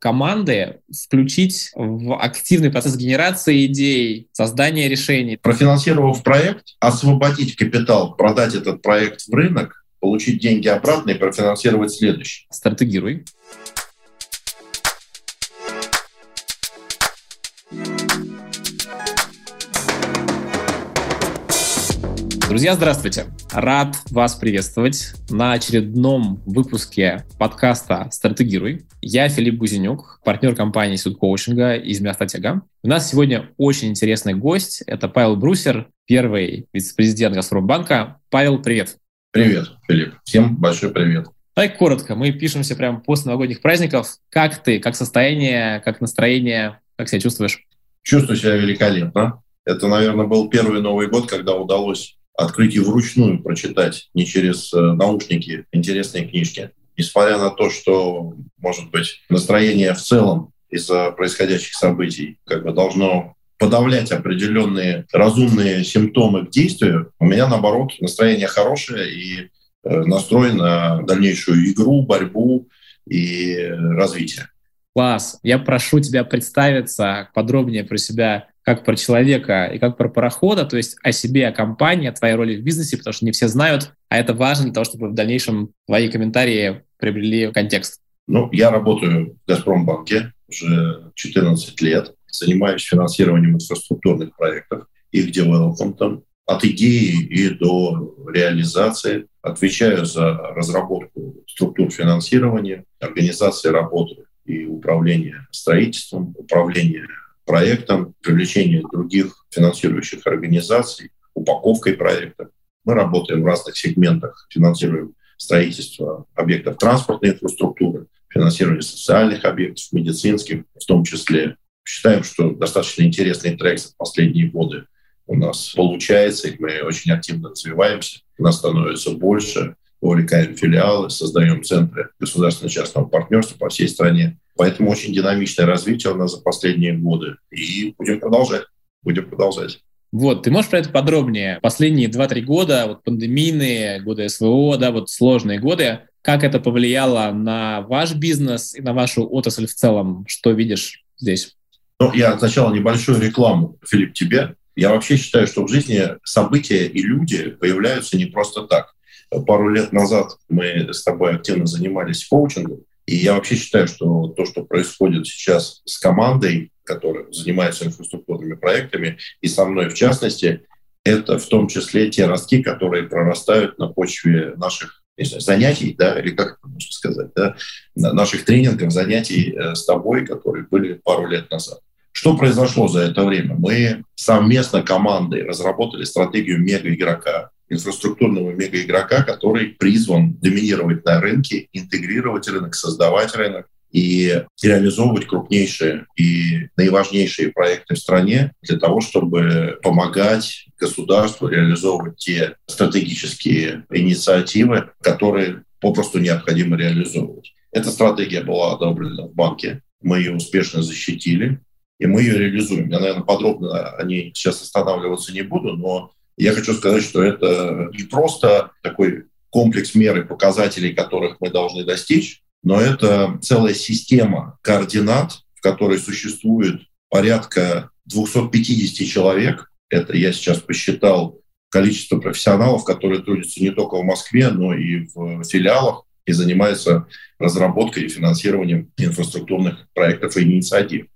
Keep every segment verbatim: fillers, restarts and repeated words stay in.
команды включить в активный процесс генерации идей, создания решений. Профинансировав проект, освободить капитал, продать этот проект в рынок, получить деньги обратно и профинансировать следующий. Стратегируй. Друзья, здравствуйте! Рад вас приветствовать на очередном выпуске подкаста «Стратегируй». Я Филипп Бузенюк, партнер компании Институт коучинга из Миастратега. У нас сегодня очень интересный гость. Это Павел Брусер, первый вице-президент Газпромбанка. Павел, привет! Привет, Филипп. Всем большой привет. Так коротко, мы пишемся прямо после новогодних праздников. Как ты, как состояние, как настроение, как себя чувствуешь? Чувствую себя великолепно. Это, наверное, был первый Новый год, когда удалось открыть и вручную прочитать, не через наушники, интересные книжки. Несмотря на то, что, может быть, настроение в целом из-за происходящих событий как бы должно подавлять определенные разумные симптомы к действию, у меня, наоборот, настроение хорошее и настрой на дальнейшую игру, борьбу и развитие. Класс. Я прошу тебя представиться подробнее про себя, как про человека и как про парохода, то есть о себе, о компании, о твоей роли в бизнесе, потому что не все знают, а это важно для того, чтобы в дальнейшем твои комментарии приобрели контекст. Ну, я работаю в Газпромбанке уже четырнадцать лет, занимаюсь финансированием инфраструктурных проектов, их девелопментом, от идеи и до реализации. Отвечаю за разработку структур финансирования, организации работы и управления строительством, управление проектом, привлечение других финансирующих организаций, упаковкой проекта. Мы работаем в разных сегментах, финансируем строительство объектов транспортной инфраструктуры, финансирование социальных объектов, медицинских в том числе. Считаем, что достаточно интересный трек за последние годы у нас получается, и мы очень активно развиваемся, у нас становится больше, увлекаем филиалы, создаем центры государственно-частного партнерства по всей стране. Поэтому очень динамичное развитие у нас за последние годы. И будем продолжать. Будем продолжать. Вот, ты можешь про это подробнее? Последние два-три года, вот пандемийные, годы СВО, да, вот сложные годы, как это повлияло на ваш бизнес и на вашу отрасль в целом? Что видишь здесь? Ну, я сначала небольшую рекламу, Филипп, тебе. Я вообще считаю, что в жизни события и люди появляются не просто так. Пару лет назад мы с тобой активно занимались коучингом, и я вообще считаю, что то, что происходит сейчас с командой, которая занимается инфраструктурными проектами, и со мной в частности, это в том числе те ростки, которые прорастают на почве наших не знаю, занятий, да, или как это можно сказать, да, наших тренингов, занятий с тобой, которые были пару лет назад. Что произошло за это время? Мы совместно командой разработали стратегию мегаигрока, инфраструктурного мегаигрока, который призван доминировать на рынке, интегрировать рынок, создавать рынок и реализовывать крупнейшие и наиважнейшие проекты в стране для того, чтобы помогать государству реализовывать те стратегические инициативы, которые попросту необходимо реализовывать. Эта стратегия была одобрена в банке, мы ее успешно защитили, и мы ее реализуем. Я, наверное, подробно о ней сейчас останавливаться не буду, но я хочу сказать, что это не просто такой комплекс мер и показателей, которых мы должны достичь, но это целая система координат, в которой существует порядка двести пятьдесят человек. Это я сейчас посчитал количество профессионалов, которые трудятся не только в Москве, но и в филиалах и занимаются разработкой и финансированием инфраструктурных проектов и инициатив.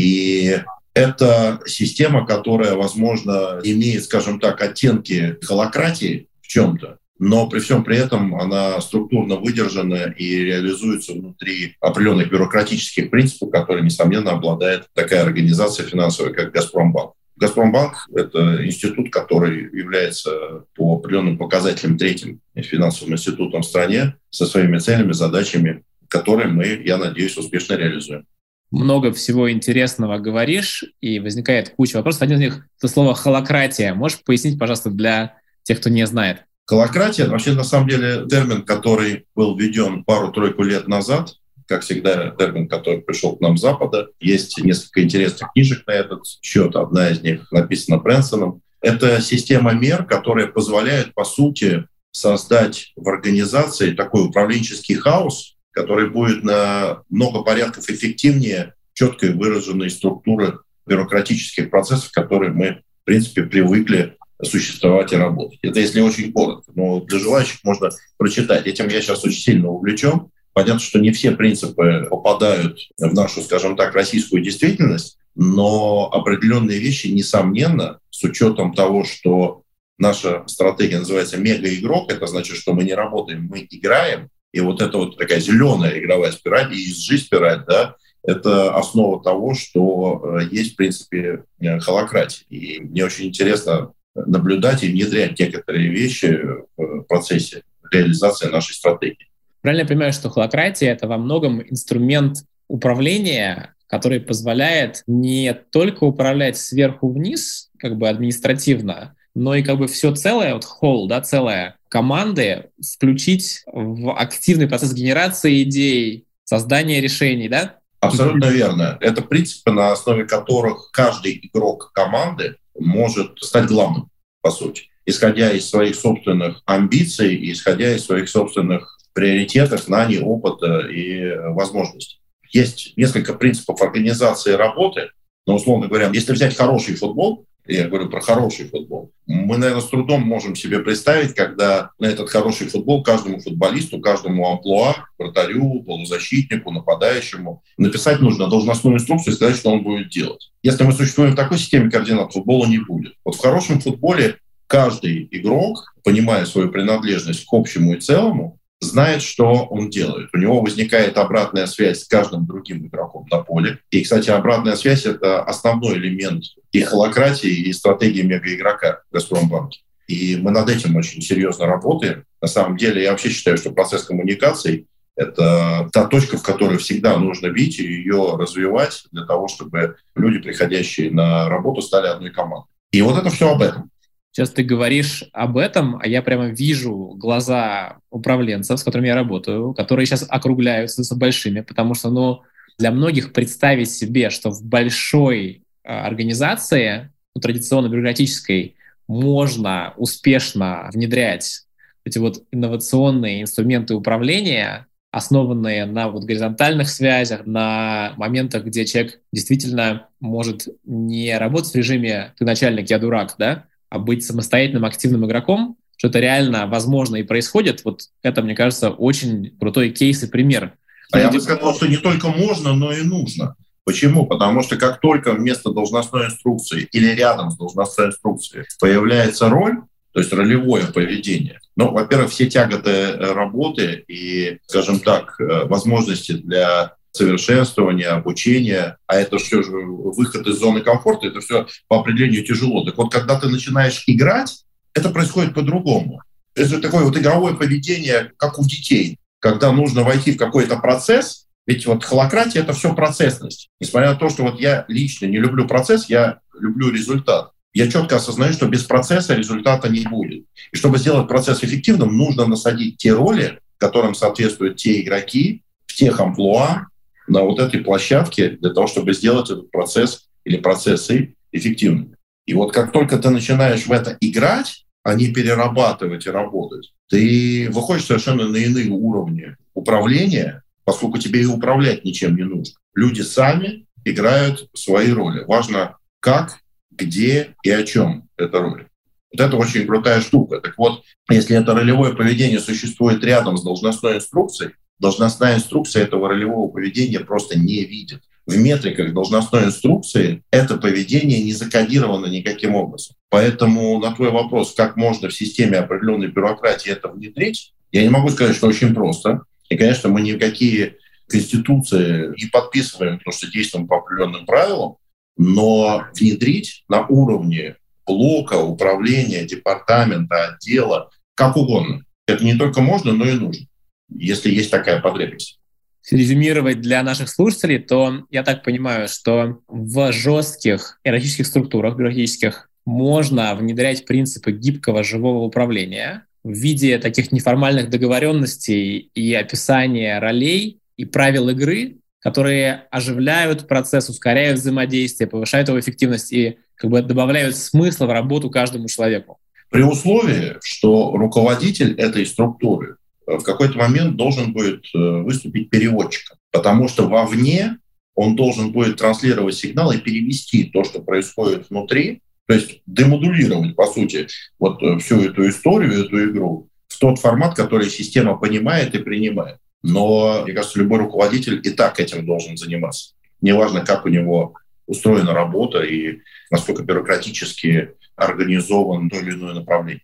И это система, которая, возможно, имеет, скажем так, оттенки холакратии в чем-то, но при всем при этом она структурно выдержана и реализуется внутри определенных бюрократических принципов, которые, несомненно, обладает такая организация финансовая, как Газпромбанк. Газпромбанк — это институт, который является по определенным показателям третьим финансовым институтом в стране со своими целями, задачами, которые мы, я надеюсь, успешно реализуем. Много всего интересного говоришь, и возникает куча вопросов. Один из них — это слово «холакратия». Можешь пояснить, пожалуйста, для тех, кто не знает? Холакратия — вообще, на самом деле, термин, который был введен пару-тройку лет назад, как всегда, термин, который пришел к нам с Запада. Есть несколько интересных книжек на этот счет. Одна из них написана Брэнсоном. Это система мер, которая позволяет, по сути, создать в организации такой управленческий хаос, который будет на много порядков эффективнее четко выраженной структуры бюрократических процессов, которые мы, в принципе, привыкли существовать и работать. Это если очень коротко, но для желающих можно прочитать. Этим я сейчас очень сильно увлечен. Понятно, что не все принципы попадают в нашу, скажем так, российскую действительность, но определенные вещи, несомненно, с учетом того, что наша стратегия называется мегаигрок, это значит, что мы не работаем, мы играем, и вот это вот такая зеленая игровая спираль, и и эс джи-спираль, да, это основа того, что есть, в принципе, холакратия. И мне очень интересно наблюдать и внедрять некоторые вещи в процессе реализации нашей стратегии. Правильно я понимаю, что холакратия — это во многом инструмент управления, который позволяет не только управлять сверху вниз, как бы административно, но и как бы все целое, вот whole, да, целое команды включить в активный процесс генерации идей, создания решений, да? Абсолютно верно. Это принципы, на основе которых каждый игрок команды может стать главным, по сути, исходя из своих собственных амбиций, и исходя из своих собственных приоритетов, знаний, опыта и возможностей. Есть несколько принципов организации работы, но, условно говоря, если взять хороший футбол, я говорю про хороший футбол, мы, наверное, с трудом можем себе представить, когда на этот хороший футбол каждому футболисту, каждому амплуа, вратарю, полузащитнику, нападающему написать нужно должностную инструкцию и сказать, что он будет делать. Если мы существуем в такой системе координат, футбола не будет. Вот в хорошем футболе каждый игрок, понимая свою принадлежность к общему и целому, знает, что он делает. У него возникает обратная связь с каждым другим игроком на поле. И, кстати, обратная связь — это основной элемент и холакратии, и стратегии мегаигрока в Газпромбанке. И мы над этим очень серьезно работаем. На самом деле, я вообще считаю, что процесс коммуникаций — это та точка, в которой всегда нужно бить и ее развивать для того, чтобы люди, приходящие на работу, стали одной командой. И вот это все об этом. Сейчас ты говоришь об этом, а я прямо вижу глаза управленцев, с которыми я работаю, которые сейчас округляются с большими, потому что, ну, для многих представить себе, что в большой э, организации, ну, традиционно бюрократической, можно успешно внедрять эти вот инновационные инструменты управления, основанные на вот горизонтальных связях, на моментах, где человек действительно может не работать в режиме «ты начальник, я дурак», да, а быть самостоятельным активным игроком, что это реально возможно и происходит, вот это, мне кажется, очень крутой кейс и пример. А я бы сказал, что не только можно, но и нужно. Почему? Потому что как только вместо должностной инструкции или рядом с должностной инструкцией появляется роль, то есть ролевое поведение, ну, во-первых, все тяготы работы и, скажем так, возможности для совершенствования, обучения, а это все же выход из зоны комфорта, это все по определению тяжело. Так вот, когда ты начинаешь играть, это происходит по-другому. Это такое вот игровое поведение, как у детей, когда нужно войти в какой-то процесс, ведь вот холакратия — это все процессность. Несмотря на то, что вот я лично не люблю процесс, я люблю результат. Я четко осознаю, что без процесса результата не будет. И чтобы сделать процесс эффективным, нужно насадить те роли, которым соответствуют те игроки, в тех амплуа, на вот этой площадке для того, чтобы сделать этот процесс или процессы эффективными. И вот как только ты начинаешь в это играть, а не перерабатывать и работать, ты выходишь совершенно на иные уровни управления, поскольку тебе и управлять ничем не нужно. Люди сами играют свои роли. Важно, как, где и о чем эта роль. Вот это очень крутая штука. Так вот, если это ролевое поведение существует рядом с должностной инструкцией, должностная инструкция этого ролевого поведения просто не видит. В метриках должностной инструкции это поведение не закодировано никаким образом. Поэтому на твой вопрос, как можно в системе определенной бюрократии это внедрить, я не могу сказать, что очень просто. И, конечно, мы никакие конституции не подписываем, потому что действуем по определенным правилам, но внедрить на уровне блока, управления, департамента, отдела, как угодно. Это не только можно, но и нужно, если есть такая потребность. Резюмировать для наших слушателей, то я так понимаю, что в жестких иерархических структурах бюрократических можно внедрять принципы гибкого живого управления в виде таких неформальных договоренностей и описания ролей и правил игры, которые оживляют процесс, ускоряют взаимодействие, повышают его эффективность и как бы добавляют смысла в работу каждому человеку. При условии, что руководитель этой структуры в какой-то момент должен будет выступить переводчиком, потому что вовне он должен будет транслировать сигнал и перевести то, что происходит внутри, то есть демодулировать, по сути, вот всю эту историю, эту игру в тот формат, который система понимает и принимает. Но, мне кажется, любой руководитель и так этим должен заниматься. Неважно, как у него устроена работа и насколько бюрократически организован то или иное направление.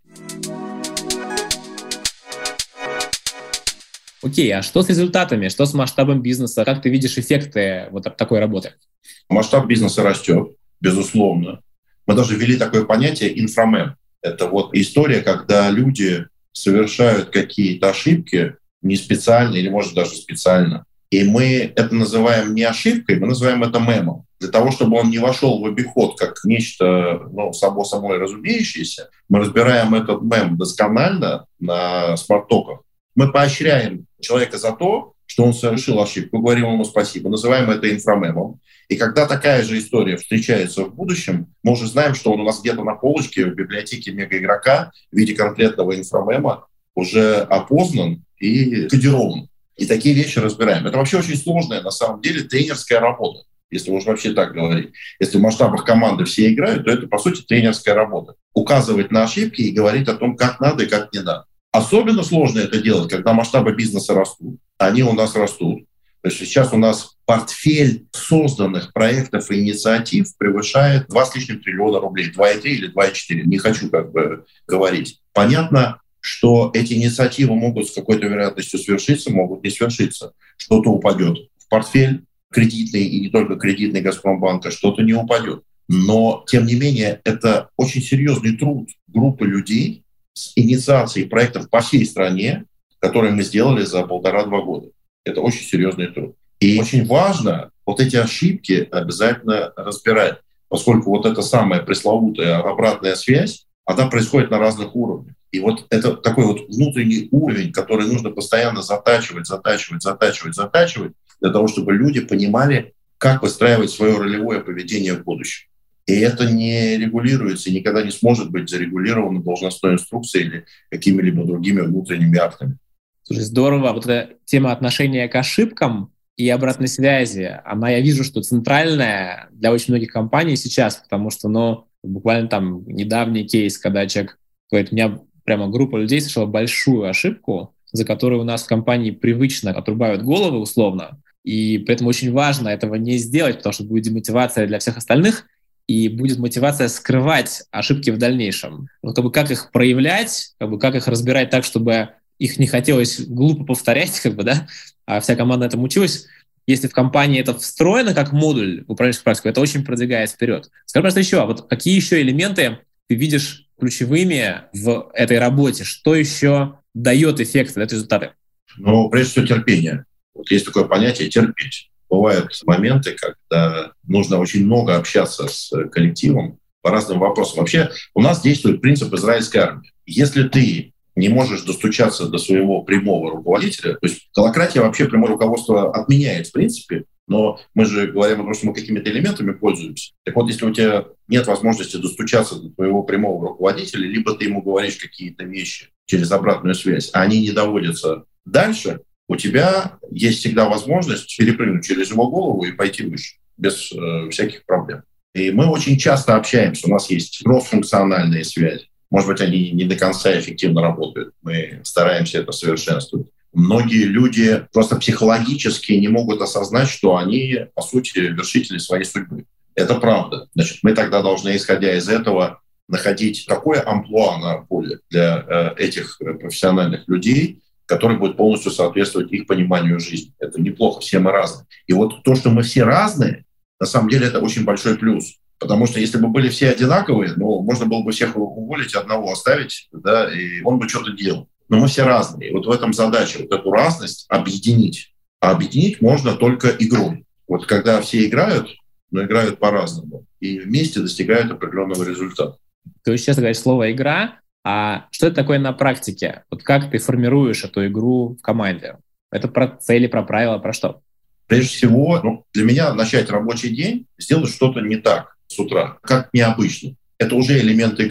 Окей, а что с результатами? Что с масштабом бизнеса? Как ты видишь эффекты вот такой работы? Масштаб бизнеса растет, безусловно. Мы даже ввели такое понятие инфрамем. Это вот история, когда люди совершают какие-то ошибки не специально или, может, даже специально. И мы это называем не ошибкой, мы называем это мемом. Для того, чтобы он не вошел в обиход как нечто, ну, само собой разумеющееся, мы разбираем этот мем досконально на смарт-токах. Мы поощряем человека за то, что он совершил ошибку, говорим ему спасибо, называем это инфрамемом. И когда такая же история встречается в будущем, мы уже знаем, что он у нас где-то на полочке в библиотеке мегаигрока в виде конкретного инфрамема уже опознан и кодирован. И такие вещи разбираем. Это вообще очень сложная, на самом деле, тренерская работа, если можно вообще так говорить. Если в масштабах команды все играют, то это, по сути, тренерская работа. Указывать на ошибки и говорить о том, как надо и как не надо. Особенно сложно это делать, когда масштабы бизнеса растут. Они у нас растут. То есть сейчас у нас портфель созданных проектов и инициатив превышает два с лишним триллиона рублей. два и три или два и четыре. Не хочу как бы говорить. Понятно, что эти инициативы могут с какой-то вероятностью свершиться, могут не свершиться. Что-то упадет в портфель кредитный и не только кредитный Газпромбанка, что-то не упадет. Но, тем не менее, это очень серьезный труд группы людей с инициацией проектов по всей стране, которые мы сделали за полтора-два года. Это очень серьезный труд. И очень важно вот эти ошибки обязательно разбирать, поскольку вот эта самая пресловутая обратная связь, она происходит на разных уровнях. И вот это такой вот внутренний уровень, который нужно постоянно затачивать, затачивать, затачивать, затачивать, для того, чтобы люди понимали, как выстраивать свое ролевое поведение в будущем. И это не регулируется и никогда не сможет быть зарегулировано должностной инструкцией или какими-либо другими внутренними актами. Слушай, здорово. Вот эта тема отношения к ошибкам и обратной связи, она, я вижу, что центральная для очень многих компаний сейчас, потому что, ну, буквально там недавний кейс, когда человек говорит, у меня прямо группа людей совершила большую ошибку, за которую у нас в компании привычно отрубают головы условно, и поэтому очень важно этого не сделать, потому что будет демотивация для всех остальных, и будет мотивация скрывать ошибки в дальнейшем. Ну, как бы как их проявлять, как бы как их разбирать так, чтобы их не хотелось глупо повторять, как бы, да, а вся команда этому училась. Если в компании это встроено как модуль в управленческую практику, это очень продвигает вперед. Скажи просто еще, а вот какие еще элементы ты видишь ключевыми в этой работе? Что еще дает эффект, дает результаты? Ну, прежде всего, терпение. Вот есть такое понятие «терпеть». Бывают моменты, когда нужно очень много общаться с коллективом по разным вопросам. Вообще у нас действует принцип израильской армии. Если ты не можешь достучаться до своего прямого руководителя, то есть холократия вообще прямое руководство отменяет в принципе, но мы же говорим о том, что мы какими-то элементами пользуемся. Так вот, если у тебя нет возможности достучаться до твоего прямого руководителя, либо ты ему говоришь какие-то вещи через обратную связь, а они не доводятся дальше, у тебя есть всегда возможность перепрыгнуть через его голову и пойти выше, без э, всяких проблем. И мы очень часто общаемся, у нас есть кроссфункциональные связи. Может быть, они не до конца эффективно работают, мы стараемся это совершенствовать. Многие люди просто психологически не могут осознать, что они, по сути, вершители своей судьбы. Это правда. Значит, мы тогда должны, исходя из этого, находить такое амплуа на поле для э, этих профессиональных людей, который будет полностью соответствовать их пониманию жизни. Это неплохо, все мы разные. И вот то, что мы все разные, на самом деле это очень большой плюс. Потому что если бы были все одинаковые, ну, можно было бы всех уволить, одного оставить, да, и он бы что-то делал. Но мы все разные. И вот в этом задача, вот эту разность объединить. А объединить можно только игрой. Вот когда все играют, но играют по-разному, и вместе достигают определенного результата. Ты очень часто говоришь слово «игра», а что это такое на практике? Вот как ты формируешь эту игру в команде? Это про цели, про правила, про что? Прежде всего, ну, для меня начать рабочий день, сделать что-то не так с утра, как необычно. Это уже элемент игры.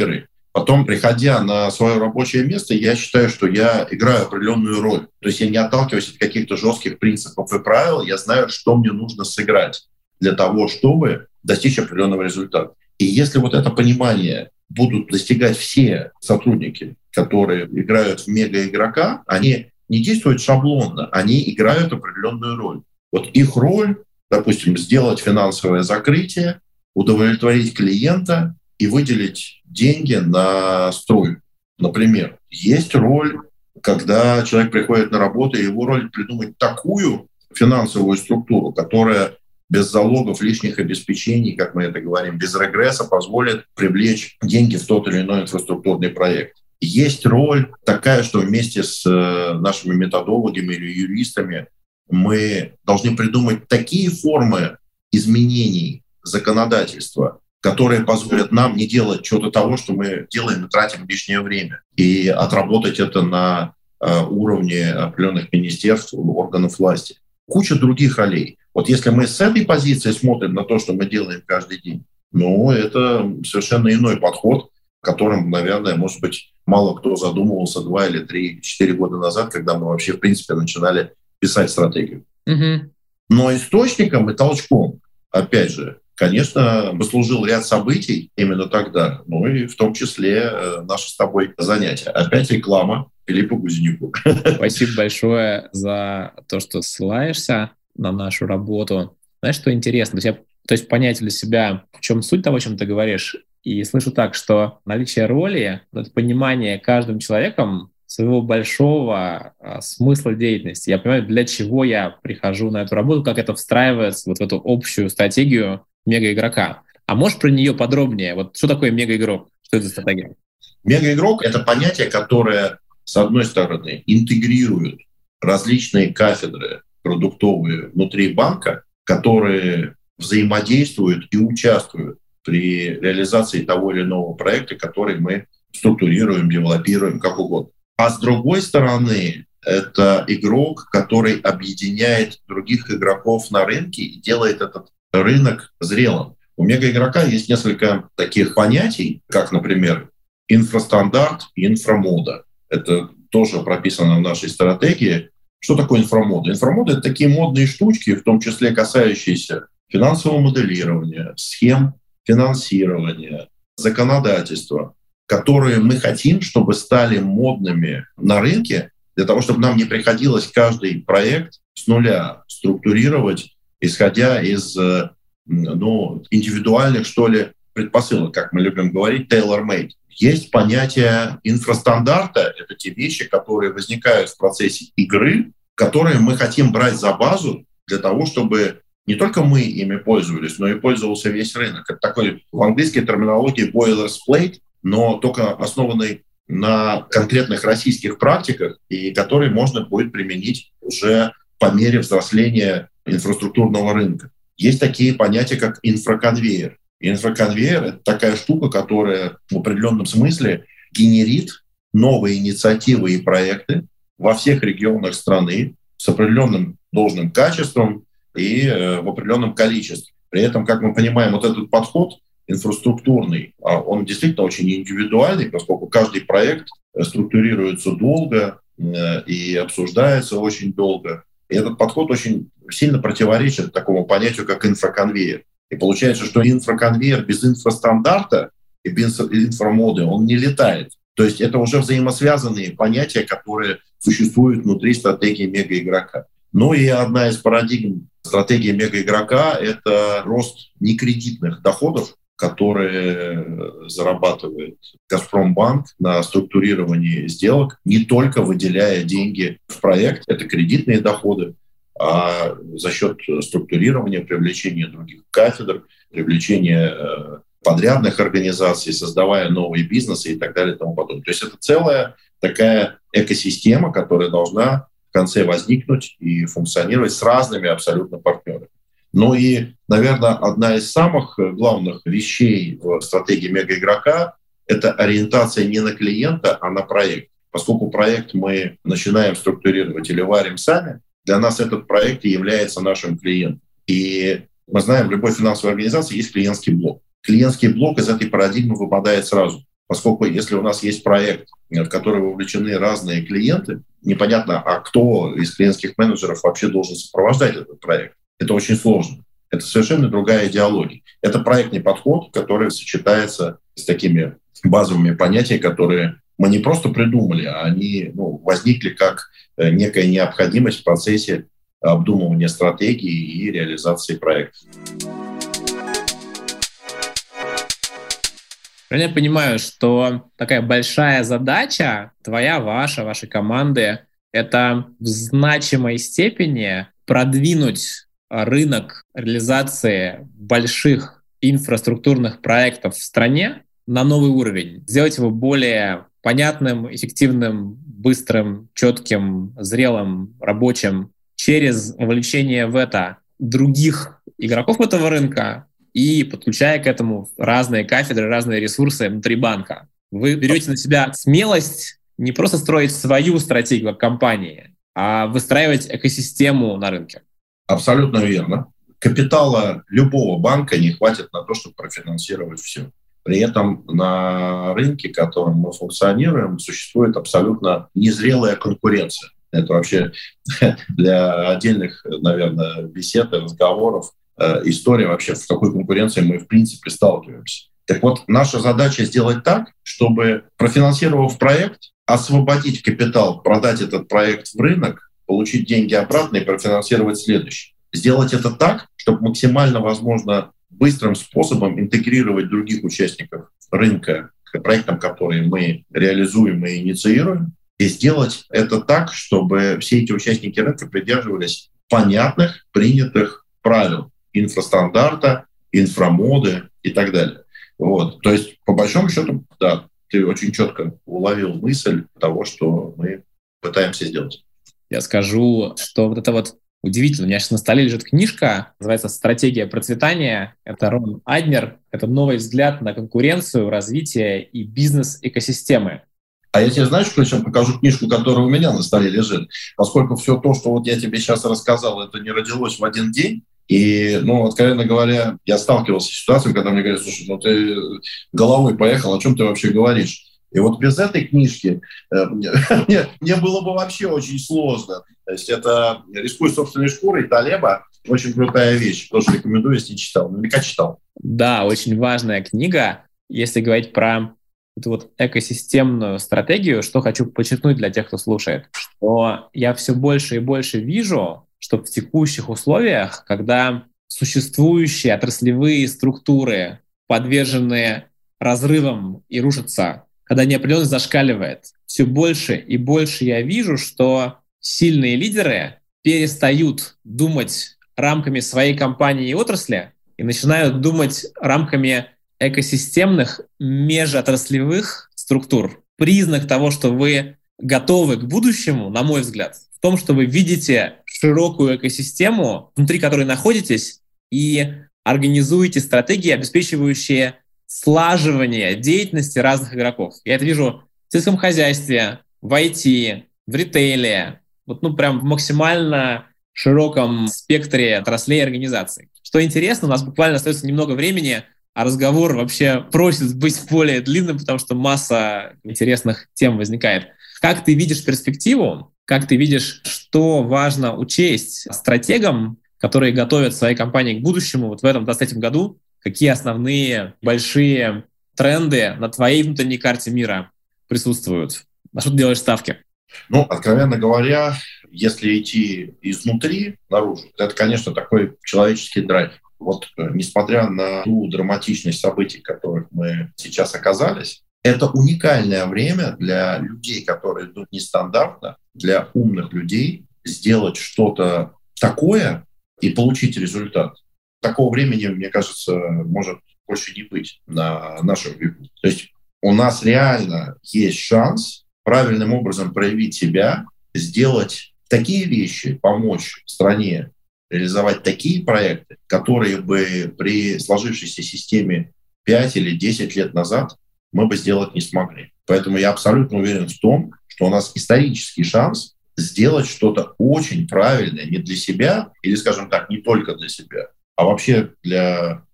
Потом, приходя на свое рабочее место, я считаю, что я играю определенную роль. То есть я не отталкиваюсь от каких-то жестких принципов и правил, я знаю, что мне нужно сыграть для того, чтобы достичь определенного результата. И если вот это понимание будут достигать все сотрудники, которые играют в мега-игрока, они не действуют шаблонно, они играют определенную роль. Вот их роль, допустим, сделать финансовое закрытие, удовлетворить клиента и выделить деньги на стройку. Например, есть роль, когда человек приходит на работу, и его роль придумать такую финансовую структуру, которая без залогов, лишних обеспечений, как мы это говорим, без регресса позволит привлечь деньги в тот или иной инфраструктурный проект. Есть роль такая, что вместе с нашими методологами или юристами мы должны придумать такие формы изменений законодательства, которые позволят нам не делать чего-то того, что мы делаем и тратим лишнее время, и отработать это на уровне определенных министерств, органов власти. Куча других ролей. Вот если мы с этой позиции смотрим на то, что мы делаем каждый день, ну, это совершенно иной подход, которым, наверное, может быть, мало кто задумывался два или три, четыре года назад, когда мы вообще, в принципе, начинали писать стратегию. Угу. Но источником и толчком, опять же, конечно, послужил ряд событий именно тогда, ну и в том числе э, наши с тобой занятия. Опять реклама Филиппу Бузенюку. Спасибо большое за то, что ссылаешься на нашу работу. Знаешь, что интересно? То есть, я, то есть понять для себя, в чем суть того, о чем ты говоришь, и слышу так, что наличие роли, это понимание каждым человеком своего большого а, смысла деятельности. Я понимаю, для чего я прихожу на эту работу, как это встраивается вот в эту общую стратегию мегаигрока. А можешь про нее подробнее? Вот что такое мегаигрок? Что это за стратегия? Мегаигрок — это понятие, которое, с одной стороны, интегрирует различные кафедры продуктовые внутри банка, которые взаимодействуют и участвуют при реализации того или иного проекта, который мы структурируем, девелопируем, как угодно. А с другой стороны, это игрок, который объединяет других игроков на рынке и делает этот рынок зрелым. У мегаигрока есть несколько таких понятий, как, например, инфрастандарт и инфрамода. Это тоже прописано в нашей стратегии. Что такое инфрамода? Инфрамода — это такие модные штучки, в том числе касающиеся финансового моделирования, схем финансирования, законодательства, которые мы хотим, чтобы стали модными на рынке, для того, чтобы нам не приходилось каждый проект с нуля структурировать, исходя из ну, индивидуальных, что ли, предпосылок, как мы любим говорить, tailor-made. Есть понятие инфрастандарта, это те вещи, которые возникают в процессе игры, которые мы хотим брать за базу для того, чтобы не только мы ими пользовались, но и пользовался весь рынок. Это такой в английской терминологии boilerplate, но только основанный на конкретных российских практиках, и который можно будет применить уже по мере взросления инфраструктурного рынка. Есть такие понятия, как инфраконвейер. Инфраконвейер — это такая штука, которая в определенном смысле генерит новые инициативы и проекты во всех регионах страны с определенным должным качеством и э, в определенном количестве. При этом, как мы понимаем, вот этот подход инфраструктурный, он действительно очень индивидуальный, поскольку каждый проект структурируется долго э, и обсуждается очень долго. И этот подход очень сильно противоречит такому понятию, как инфраконвейер. И получается, что инфраконвейер без инфрастандарта и без инфрамоды, он не летает. То есть это уже взаимосвязанные понятия, которые существуют внутри стратегии мегаигрока. Ну и одна из парадигм стратегии мегаигрока — это рост некредитных доходов, которые зарабатывает Газпромбанк на структурировании сделок, не только выделяя деньги в проект, это кредитные доходы, а за счет структурирования, привлечения других кафедр, привлечения подрядных организаций, создавая новые бизнесы и так далее и тому подобное. То есть это целая такая экосистема, которая должна в конце возникнуть и функционировать с разными абсолютно партнерами. Ну и, наверное, одна из самых главных вещей в стратегии мегаигрока — это ориентация не на клиента, а на проект. Поскольку проект мы начинаем структурировать или варим сами, для нас этот проект и является нашим клиентом. И мы знаем, в любой финансовой организации есть клиентский блок. Клиентский блок из этой парадигмы выпадает сразу, поскольку если у нас есть проект, в который вовлечены разные клиенты, непонятно, а кто из клиентских менеджеров вообще должен сопровождать этот проект. Это очень сложно. Это совершенно другая идеология. Это проектный подход, который сочетается с такими базовыми понятиями, которые мы не просто придумали, а они ну, возникли как некая необходимость в процессе обдумывания стратегии и реализации проекта. Я понимаю, что такая большая задача твоя, ваша, вашей команды — это в значимой степени продвинуть рынок реализации больших инфраструктурных проектов в стране на новый уровень, сделать его более понятным, эффективным, быстрым, четким, зрелым, рабочим через вовлечение в это других игроков этого рынка и подключая к этому разные кафедры, разные ресурсы внутри банка. Вы берете на себя смелость не просто строить свою стратегию как компании, а выстраивать экосистему на рынке. Абсолютно верно. Капитала любого банка не хватит на то, чтобы профинансировать все. При этом на рынке, в котором мы функционируем, существует абсолютно незрелая конкуренция. Это вообще для отдельных, наверное, бесед и разговоров история вообще, в какой конкуренции мы в принципе сталкиваемся. Так вот, наша задача сделать так, чтобы, профинансировав проект, освободить капитал, продать этот проект в рынок, получить деньги обратно и профинансировать следующий. Сделать это так, чтобы максимально, возможно, быстрым способом интегрировать других участников рынка к проектам, которые мы реализуем и инициируем, и сделать это так, чтобы все эти участники рынка придерживались понятных, принятых правил инфрастандарта, инфрамоды и так далее. Вот. То есть, по большому счету, да, ты очень четко уловил мысль того, что мы пытаемся сделать. Я скажу, что вот это вот удивительно. У меня сейчас на столе лежит книжка, называется «Стратегия процветания». Это Рон Аднер. Это новый взгляд на конкуренцию, развитие и бизнес-экосистемы. А я тебе, знаешь, что сейчас покажу книжку, которая у меня на столе лежит? Поскольку все то, что вот я тебе сейчас рассказал, это не родилось в один день. И, ну, откровенно говоря, я сталкивался с ситуацией, когда мне говорят: слушай, ну ты головой поехал, о чем ты вообще говоришь? И вот без этой книжки э, мне, мне было бы вообще очень сложно. То есть это «Рискуй собственной шкурой» Талеба. Очень крутая вещь. Тоже рекомендую, если не читал. Наверняка читал. Да, очень важная книга. Если говорить про эту вот экосистемную стратегию, что хочу подчеркнуть для тех, кто слушает, что я все больше и больше вижу, что в текущих условиях, когда существующие отраслевые структуры подвержены разрывам и рушатся, когда неопределенность зашкаливает, все больше и больше я вижу, что сильные лидеры перестают думать рамками своей компании и отрасли и начинают думать рамками экосистемных межотраслевых структур. Признак того, что вы готовы к будущему, на мой взгляд, в том, что вы видите широкую экосистему, внутри которой находитесь, и организуете стратегии, обеспечивающие слаживание деятельности разных игроков. Я это вижу в сельском хозяйстве, в ай ти, в ритейле, вот, ну, прям в максимально широком спектре отраслей и организаций. Что интересно, у нас буквально остается немного времени, а разговор вообще просит быть более длинным, потому что масса интересных тем возникает. Как ты видишь перспективу? Как ты видишь, что важно учесть стратегам, которые готовят свои компании к будущему вот в этом двадцать третьем году? Какие основные большие тренды на твоей внутренней карте мира присутствуют? На что ты делаешь ставки? Ну, откровенно говоря, если идти изнутри наружу, это, конечно, такой человеческий драйв. Вот, несмотря на ту драматичность событий, в которых мы сейчас оказались, это уникальное время для людей, которые идут нестандартно, для умных людей сделать что-то такое и получить результат. Такого времени, мне кажется, может больше не быть на нашем веку. То есть у нас реально есть шанс правильным образом проявить себя, сделать такие вещи, помочь стране реализовать такие проекты, которые бы при сложившейся системе пять или десять лет назад мы бы сделать не смогли. Поэтому я абсолютно уверен в том, что у нас исторический шанс сделать что-то очень правильное не для себя, или, скажем так, не только для себя, а вообще для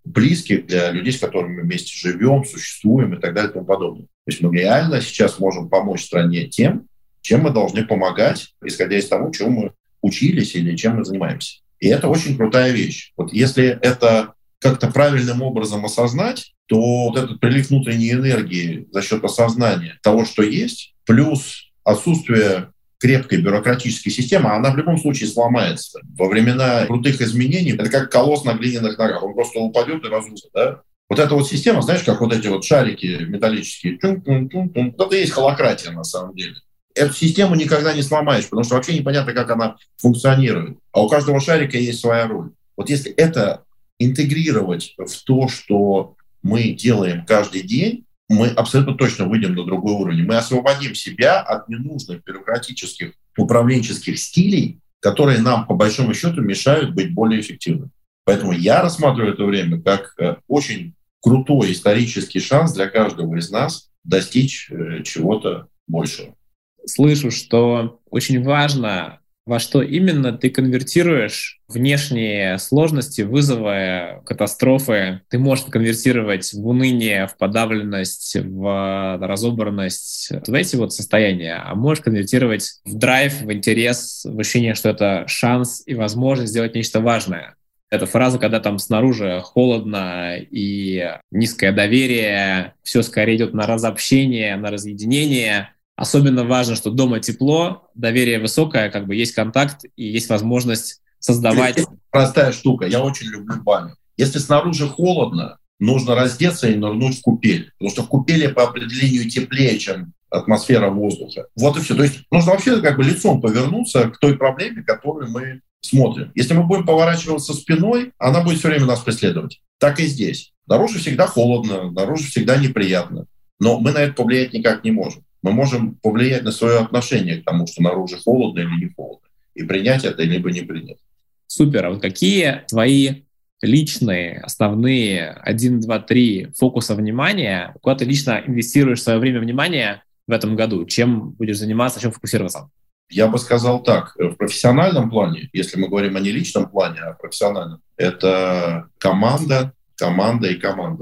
близких, для людей, с которыми мы вместе живем, существуем и так далее и тому подобное. То есть мы реально сейчас можем помочь стране тем, чем мы должны помогать, исходя из того, чему мы учились или чем мы занимаемся. И это очень крутая вещь. Вот если это как-то правильным образом осознать, то вот этот прилив внутренней энергии за счет осознания того, что есть, плюс отсутствие крепкой бюрократической системы, она в любом случае сломается. Во времена крутых изменений это как колосс на глиняных ногах. Он просто упадет и разрушится. Да? Вот эта вот система, знаешь, как вот эти вот шарики металлические, это и есть холократия на самом деле. Эту систему никогда не сломаешь, потому что вообще непонятно, как она функционирует. А у каждого шарика есть своя роль. Вот если это интегрировать в то, что мы делаем каждый день, мы абсолютно точно выйдем на другой уровень. Мы освободим себя от ненужных бюрократических управленческих стилей, которые нам, по большому счету, мешают быть более эффективными. Поэтому я рассматриваю это время как очень крутой исторический шанс для каждого из нас достичь чего-то большего. Слышу, что очень важно, во что именно ты конвертируешь внешние сложности, вызовы, катастрофы. Ты можешь конвертировать в уныние, в подавленность, в разобранность, в эти вот состояния, а можешь конвертировать в драйв, в интерес, в ощущение, что это шанс и возможность сделать нечто важное. Эта фраза, когда там снаружи холодно и низкое доверие, все скорее идет на разобщение, на разъединение. Особенно важно, что дома тепло, доверие высокое, как бы есть контакт и есть возможность создавать. Есть простая штука. Я очень люблю баню. Если снаружи холодно, нужно раздеться и нырнуть в купель. Потому что в купели по определению теплее, чем атмосфера воздуха. Вот и все. То есть нужно вообще как бы лицом повернуться к той проблеме, которую мы смотрим. Если мы будем поворачиваться спиной, она будет все время нас преследовать. Так и здесь. Снаружи всегда холодно, снаружи всегда неприятно. Но мы на это повлиять никак не можем. Мы можем повлиять на свое отношение к тому, что наружу холодно или не холодно, и принять это, либо не принять. Супер. А вот какие твои личные, основные один, два, три фокуса внимания, куда ты лично инвестируешь свое время внимания в этом году? Чем будешь заниматься, чем фокусироваться? Я бы сказал так. В профессиональном плане, если мы говорим о не личном плане, а профессиональном, это команда, команда и команда.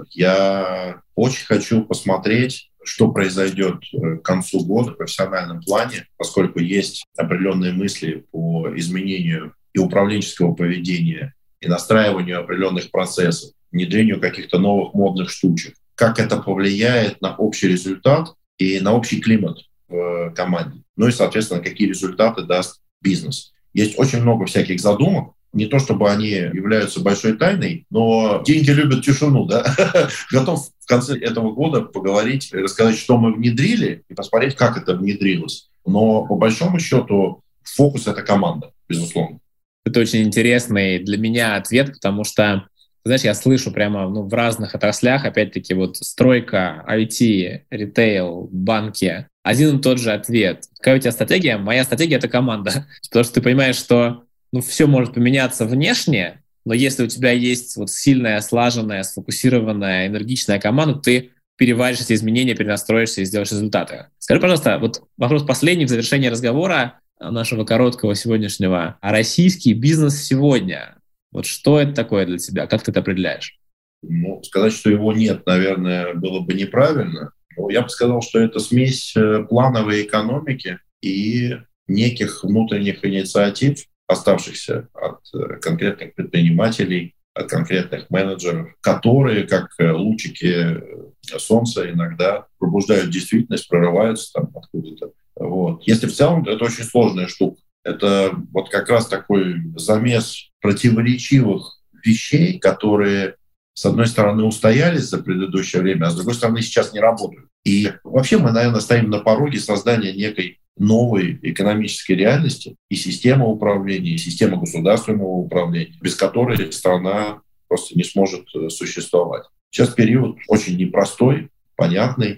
Я очень хочу посмотреть, что произойдет к концу года в профессиональном плане, поскольку есть определенные мысли по изменению и управленческого поведения, и настраиванию определенных процессов, внедрению каких-то новых модных штучек. Как это повлияет на общий результат и на общий климат в команде. Ну и, соответственно, какие результаты даст бизнес. Есть очень много всяких задумок. Не то чтобы они являются большой тайной, но деньги любят тишину, да? Готов в конце этого года поговорить, рассказать, что мы внедрили, и посмотреть, как это внедрилось. Но по большому счету фокус — это команда, безусловно. Это очень интересный для меня ответ, потому что, знаешь, я слышу прямо ну, в разных отраслях, опять-таки, вот стройка, ай ти, ритейл, банки, один и тот же ответ. Какая у тебя стратегия? Моя стратегия — это команда. Потому что ты понимаешь, что ну, все может поменяться внешне, но если у тебя есть вот сильная, слаженная, сфокусированная, энергичная команда, ты переваришь эти изменения, перенастроишься и сделаешь результаты. Скажи, пожалуйста, вот вопрос последний в завершении разговора нашего короткого сегодняшнего. А российский бизнес сегодня, вот что это такое для тебя? Как ты это определяешь? Ну, сказать, что его нет, наверное, было бы неправильно. Но я бы сказал, что это смесь плановой экономики и неких внутренних инициатив, оставшихся от конкретных предпринимателей, от конкретных менеджеров, которые, как лучики солнца, иногда пробуждают действительность, прорываются там откуда-то. Вот. Если в целом, это очень сложная штука. Это вот как раз такой замес противоречивых вещей, которые, с одной стороны, устоялись за предыдущее время, а с другой стороны, сейчас не работают. И вообще мы, наверное, стоим на пороге создания некой новой экономической реальности и системы управления, и системы государственного управления, без которой страна просто не сможет существовать. Сейчас период очень непростой, понятный,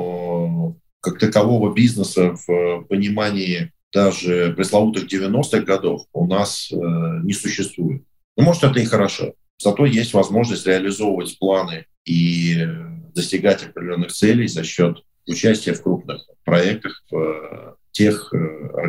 но как такового бизнеса в понимании даже пресловутых девяностых годов у нас э, не существует. Ну, может, это и хорошо. Зато есть возможность реализовывать планы и достигать определенных целей за счет участия в крупных проектах, в тех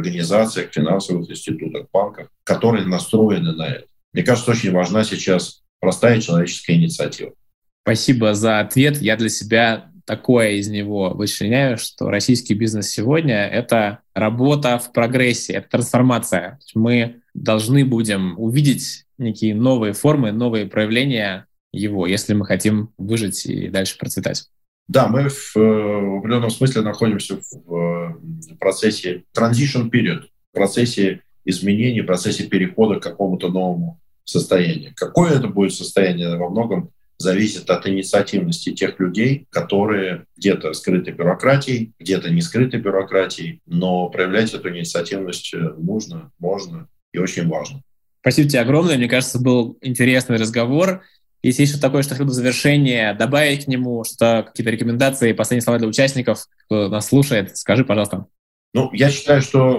организациях, финансовых институтах, банках, которые настроены на это. Мне кажется, очень важна сейчас простая человеческая инициатива. Спасибо за ответ. Я для себя такое из него вычленяю, что российский бизнес сегодня — это работа в прогрессе, это трансформация. Мы должны будем увидеть некие новые формы, новые проявления его, если мы хотим выжить и дальше процветать. Да, мы в, в определенном смысле находимся в процессе transition period, в процессе изменений, в процессе перехода к какому-то новому состоянию. Какое это будет состояние, во многом зависит от инициативности тех людей, которые где-то скрыты бюрократией, где-то не скрыты бюрократией, но проявлять эту инициативность нужно, можно и очень важно. Спасибо тебе огромное. Мне кажется, был интересный разговор. Если есть что-то такое, что хочу в завершение добавить к нему, что какие-то рекомендации, последние слова для участников, кто нас слушает, скажи, пожалуйста. Ну, я считаю, что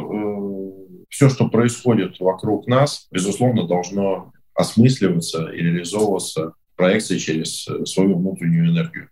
э, все, что происходит вокруг нас, безусловно, должно осмысливаться и реализовываться проекции через свою внутреннюю энергию.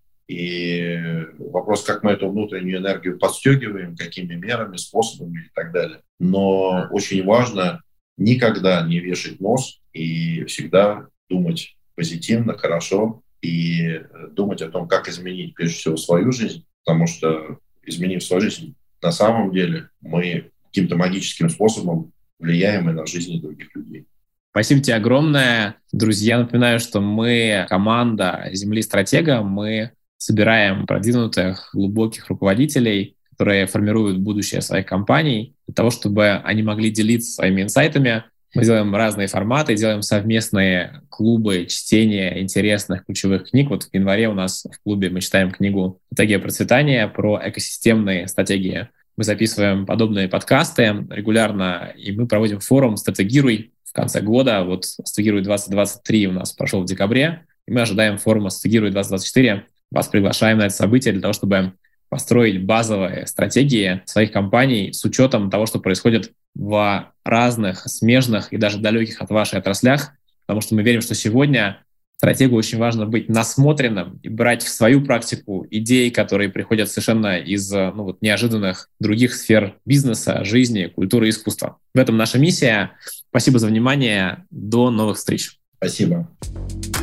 И вопрос, как мы эту внутреннюю энергию подстегиваем, какими мерами, способами и так далее. Но очень важно никогда не вешать нос и всегда думать позитивно, хорошо и думать о том, как изменить, прежде всего, свою жизнь, потому что, изменив свою жизнь, на самом деле мы каким-то магическим способом влияем и на жизни других людей. Спасибо тебе огромное. Друзья, напоминаю, что мы команда Земли Стратега. Мы собираем продвинутых, глубоких руководителей, которые формируют будущее своих компаний, для того, чтобы они могли делиться своими инсайтами. Мы делаем разные форматы, делаем совместные клубы чтения интересных ключевых книг. Вот в январе у нас в клубе мы читаем книгу «Стратегия процветания» про экосистемные стратегии. Мы записываем подобные подкасты регулярно, и мы проводим форум «Стратегируй» в конце года. Вот «Стратегируй двадцать двадцать три» у нас прошел в декабре, и мы ожидаем форума «Стратегируй двадцать двадцать четыре». Вас приглашаем на это событие для того, чтобы построить базовые стратегии своих компаний с учетом того, что происходит в разных смежных и даже далеких от вашей отраслях, потому что мы верим, что сегодня стратегу очень важно быть насмотренным и брать в свою практику идеи, которые приходят совершенно из ну, вот, неожиданных других сфер бизнеса, жизни, культуры и искусства. В этом наша миссия. Спасибо за внимание. До новых встреч. Спасибо.